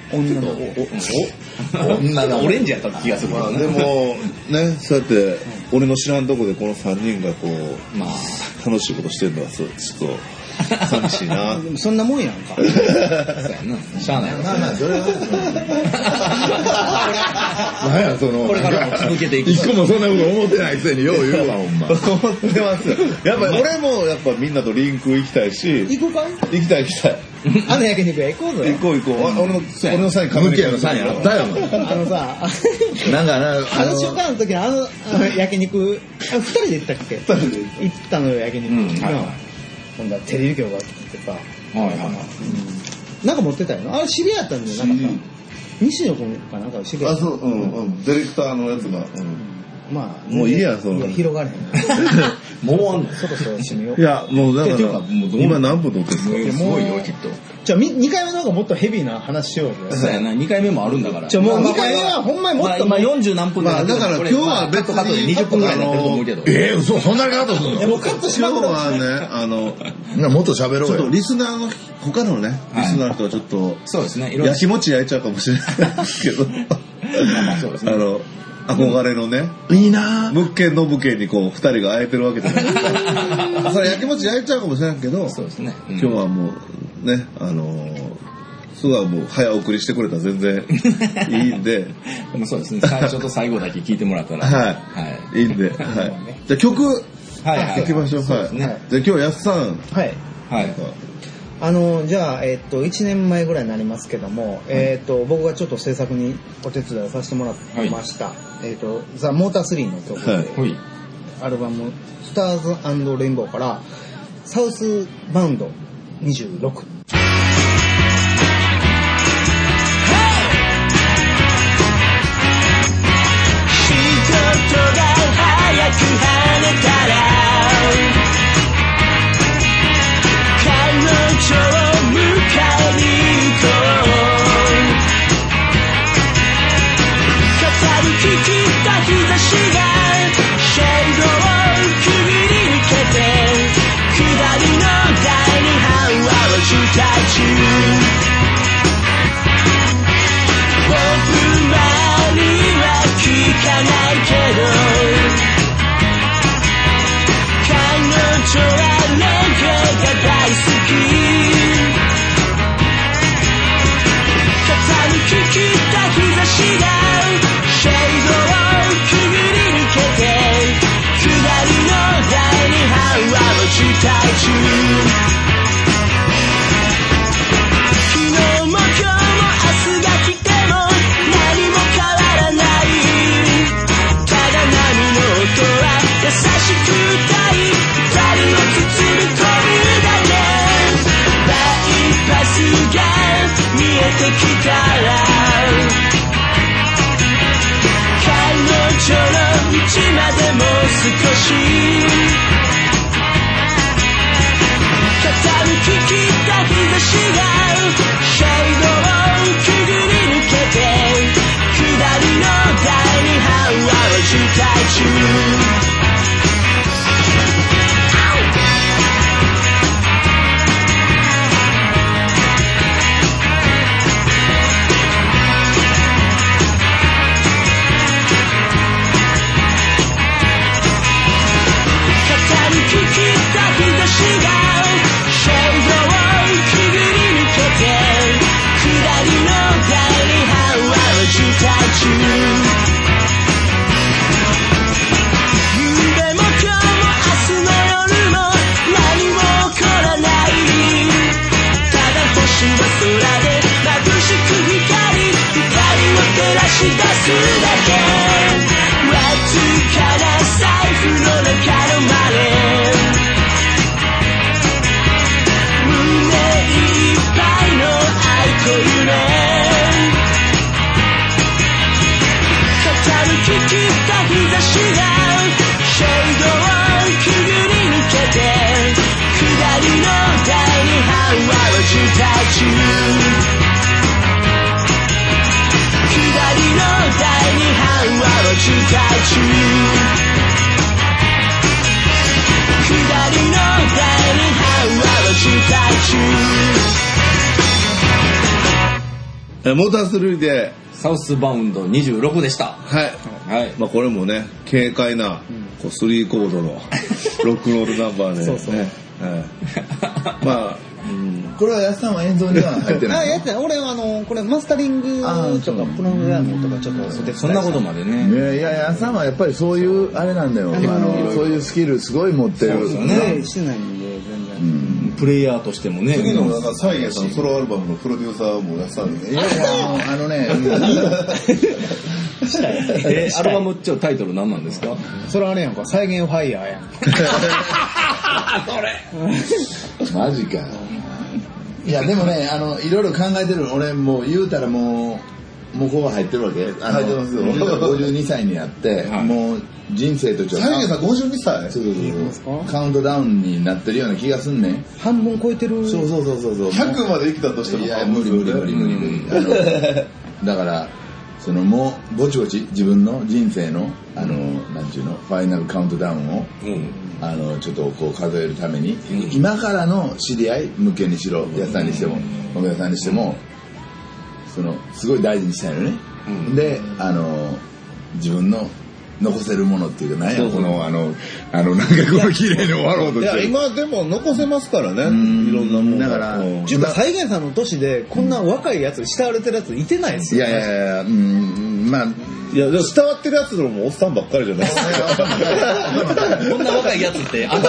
女のオレンジやった気がするけどね。でもね、そうやって俺の知らんとこでこの3人がこう楽しいことしてるのはちょっと寂しいな。 そんなもんやんか。 そうやな。しゃあないな。 それは。何やその。 これからも続けていく。 一個もそんなこと思ってないくせによう言うわほんま。 思ってますよ。やっぱり俺もやっぱみんなとリンク行きたいし。 行くかい？ 行きたい。 あの焼肉屋行こうぜ。 行こう。俺のサイン向きやのサインやったよ。 さ、 なんかな、 初回の時の焼肉、2人で行ったっけ？2人で行ったのよ、焼肉。ほんだらテレビ局が来てさ、なんか持ってたよな。あれ知り合いやったんだよ、なんかさ。西野君かなんか知り合い。 あ、そう、ディレクターのやつが。 まあ、 もういいや、その。 広がれへん。 もうあんの？ そろそろ締めよう。 いや、もうだから、今何分撮ってるんですか？ すごいよ、きっと。 じゃあ2回目の方がもっとヘビーな話しようよ。 そうやな、2回目もあるんだから。 もう2回目はほんまにもっと。 今40何分だから今日は別にカットで20分ぐらいになってると思うけど。 嘘、そんなにカットするの？ もうカットしまくろう。 今日はね、 もっと喋ろうよ。 ちょっとリスナーの、他のね、リスナーの人はちょっと、 そうですね、 やきもち焼いちゃうかもしれないですけど、 そうですね。 憧れのね、 いいな物件の物件にこう、2人が会えてるわけじゃないですか。それやきもち焼いちゃうかもしれないけど、 そうですね。 今日はもう、ね、すぐはもう早送りしてくれたら全然いいんで。 そうですね、最初と最後だけ聞いてもらったら。 はい。いいんで、はい。じゃあ曲、行きましょう。はい。じゃあ今日やすさん。 はい。じゃあ、1年前ぐらいになりますけども、僕がちょっと制作にお手伝いをさせてもらってました。ザ・モーター3の曲で、アルバム、スターズ&レインボーから、サウスバウンド26。 早く跳ねたら彼女を迎えに行こう傾ききった日差しがシェードをくぐり抜けて下りの第二半は渋滞中僕らには聞かないけどレゲエが大好き傾ききった日差しがシェードをくぐり抜けて下りの第二半は渋滞中昨日も今日も明日が来ても何も変わらないただ波の音は優しく歌い二人を包み込むだけバイパスが見えてきたら彼女の道までもう少し傾ききった日差しがシェードをくぐり抜けて下りの第二半は渋滞中モーター3でサウスバウンド26でした。 はい。はい。まあこれもね、軽快な、こう3コードのロックンロールナンバーで、ね。そうそう。はい。 まあ、これは安さんは演奏には入ってない。 やってない。俺はこれマスタリングとかプログラムとかちょっとそんなことまでね。 いや安さんはやっぱりそういうあれなんだよ。そういうスキルすごい持ってる。 そうね。してないんで全然。 プレイヤーとしてもね。 次のなんかサイエンさんソロアルバムのプロデューサーもやったんで。いやアルバムってタイトル何なんですか？ それあれやんか、再現ファイヤーやん。 それ。マジか。いやでもねいろいろ考えてる。俺もう言うたらもうここ入ってるわけ。 入ってますよ。 52歳になって、もう人生としては。サイゲンさん52歳？ そうカウントダウンになってるような気がすんね。 半分超えてる。 そう。 100まで生きたとしても。 いや無理。だからもうぼちぼち自分の人生のなんちゅうのファイナルカウントダウンを、ちょっとこう数えるために、今からの知り合い向けにしろやさんにしてもおめさんにしてもすごい大事にしたいのね。で自分の残せるものっていうか何やこのなんかこう綺麗に終わろうとしてる。 いや今でも残せますからね。いろんなものだからちょっと再現さんの年でこんな若いやつ慕われてるやついてないですよ。 いやまあいやでも伝わってるやつのもおっさんばっかりじゃないですか。 こんな若いやつってこ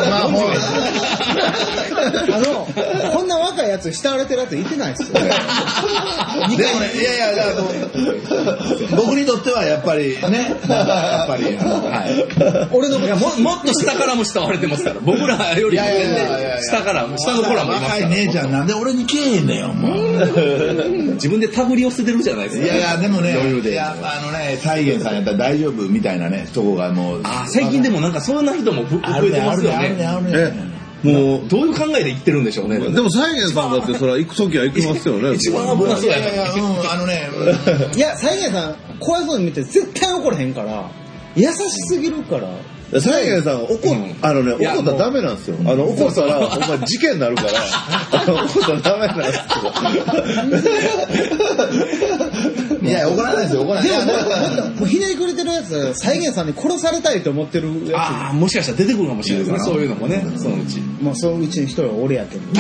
んな若いやつ慕われてるやついてないですよ。でもねいや僕にとってはやっぱりね俺のもっと下からも慕われてますから僕らよりも全然下の子らもいますから。 若い姉ちゃんなんで俺にけえへんねんよ。 自分で手繰りを捨ててるじゃないですか。 いやでもね再現さんやったら大丈夫みたいなねとこがもう最近でもなんかそんな人も増えてますよね。もうどういう考えで生きてるんでしょうね。 でも再現さんだってそれは行く時は行きますよね。 一番危なそうやね。 いや再現さん怖そうに見て絶対怒れへんから優しすぎるから。 再現さん怒ったらダメなんですよ。怒ったらお前事件になるから怒ったらダメなんですよ。いや怒らないですよ。怒らない。 もうひねりくれてるやつ再現さんに殺されたいと思ってるやつもしかしたら出てくるかもしれないですね。そういうのもねそのうち。 まあそのうちに一人は俺やけど。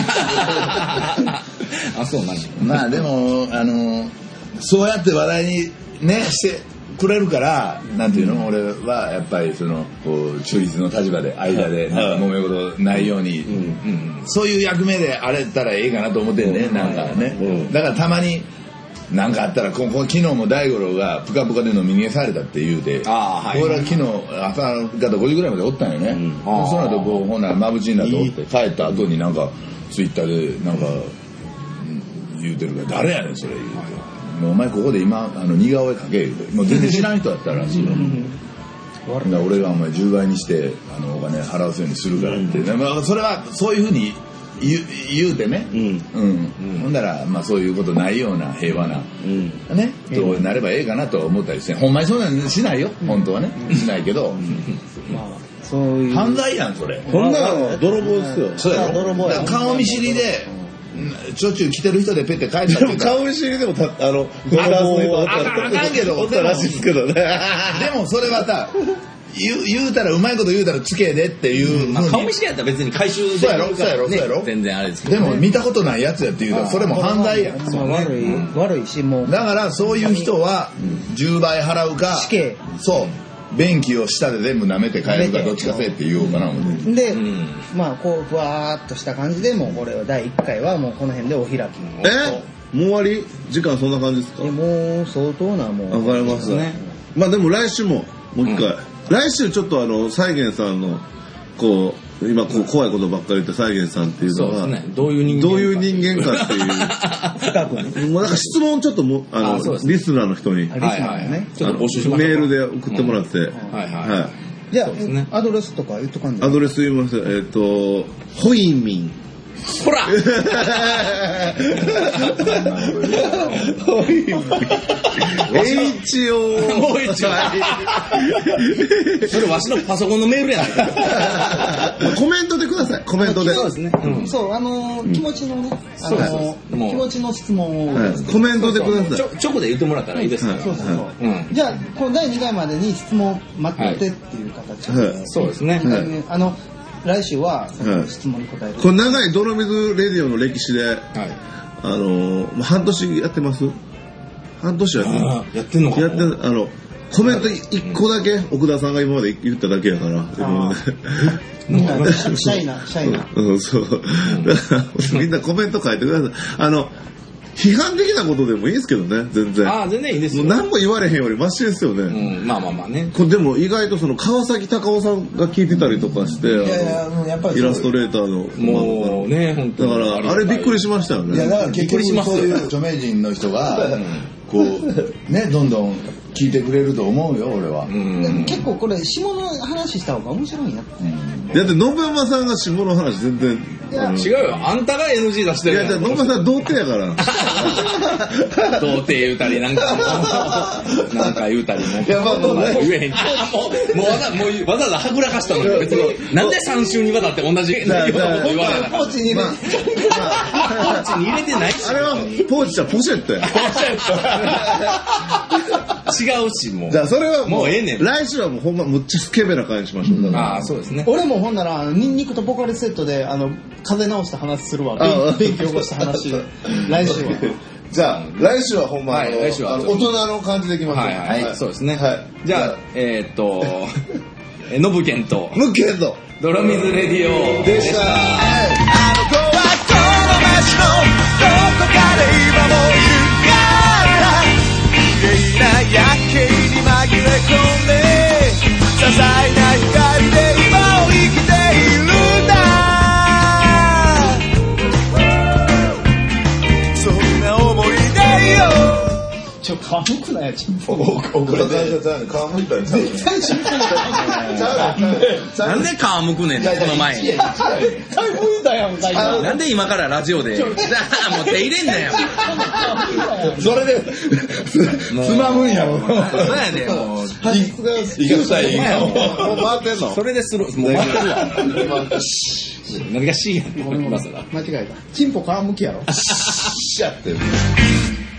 そうなんだ。 まあでもそうやって話題にねしてくれるからなんていうの、俺はやっぱりこう中立の立場で間で揉め事ないように、そういう役目であれたらええかなと思ってんね。なんかね、だからたまになんかあったら昨日も大五郎がプカプカで飲み逃げされたって言うて、俺は昨日朝方5時ぐらいまでおったんよね。その後こうほなまぶしいなと思って帰った後になんかツイッターでなんか言うてるから誰やねんそれ言うて。お前ここで今似顔絵描けもう全然知らん人だったらしいの。俺がお前10倍にしてお金払わすようにするからって、それはそういうふうに言うてね、ほんだらまあそういうことないような平和なねとなればええかなと思ったりして、ほんまにそうなんしないよ本当はねしないけど、そういう犯罪やんそれ。 こんなの泥棒ですよ。 そうやろ。泥棒や。顔見知りでしょっちゅう来てる人でペッて帰ったって。 顔見知りでもゴーダースの人あかんけどおったらしいですけどね。でもそれはさ言うたらうまいこと言うたらつけでっていう顔見知りやったら別に回収できるからね。そうやろ全然あれですけど。 でも見たことないやつやって言うたらそれも犯罪やん。 悪いしもう。 だからそういう人は10倍払うか。 死刑。 そう。便器を下で全部舐めて帰るかどっちかせって言おうかな思って。 で、まあこうふわーっとした感じでもうこれは第1回はもうこの辺でお開き。 もう終わり？時間そんな感じですか？ もう相当なもう。 わかりますね。まあでも来週もう一回。来週ちょっと再現さんのこう今こう怖いことばっかり言って再現さんっていうのはどういう人間かっていう深くね。 もうなんか質問ちょっとリスナーの人にちょっと募集しましょう。メールで送ってもらって、 じゃあアドレスとか言っとかんで。 アドレス言います。ホイミンほら HO もう一応それわしのパソコンのメールやないかコメントでください。コメントで。 そうですね。そう気持ちのね気持ちの質問をコメントでください。 直で言ってもらったらいいですか。 そうそうそう。じゃあこの第2回までに質問待ってっていう形で。 そうですね。 来週は質問に答える。 この長い泥水レディオの歴史で、半年やってます。半年やってんのか。 やってコメント1個だけ奥田さんが今まで言っただけやから。 シャイな。 そう。みんなコメント書いてください。批判的なことでもいいですけどね、全然。 全然いいですよ。 何も言われへんよりマシですよね。 まあね。 でも意外と川崎隆夫さんが聞いてたりとかして、イラストレーターの。 もうね、本当だからあれびっくりしましたよね。 いやだから結局そういう著名人の人がこうねどんどん聞いてくれると思うよ俺は。 結構これ下の話した方が面白いんや。 だって信山さんが下の話全然違うよ。あんたが NG 出してる。 いや信山さん童貞やから。 童貞言うたりなんか言うたりも。いや言えへん。もうわざわざはぐらかしたのに別になんで3週にわたって同じ内容のこと言われなかった。ポーチに入れてない。 あれはポーチじゃポシェットや。 違うしもう。 じゃあそれはもうええねん。 来週はもうほんまむっちゃスケベな感じしましょう。 そうですね。 俺もほんならニンニクとポカリセットで風邪直した話するわ。勉強起こした話来週は。 じゃあ来週はほんま来週は大人の感じでいきましょう。 はいそうですね。じゃあノブケンとムッケンと泥水レディオでした。 あの子はこの街のどこかで今もいるから綺麗な夜景に紛れ込んで些細な光で今を生きているんだ。そんな思い出よ。 皮むくなやチンポ。 これ大丈夫皮むいたんちゃう。絶対チンポなんで皮むくねんこの前に。 皮むいたやんか今。 なんで今からラジオで。もう手入れんなよ。 それでつまむんやろ。 そうやでもう。 いかしたい。もう回ってんの。 それでする。もう回ってるわ。何が C やねん。 間違えた。チンポ皮むきやろ。 しちゃってる。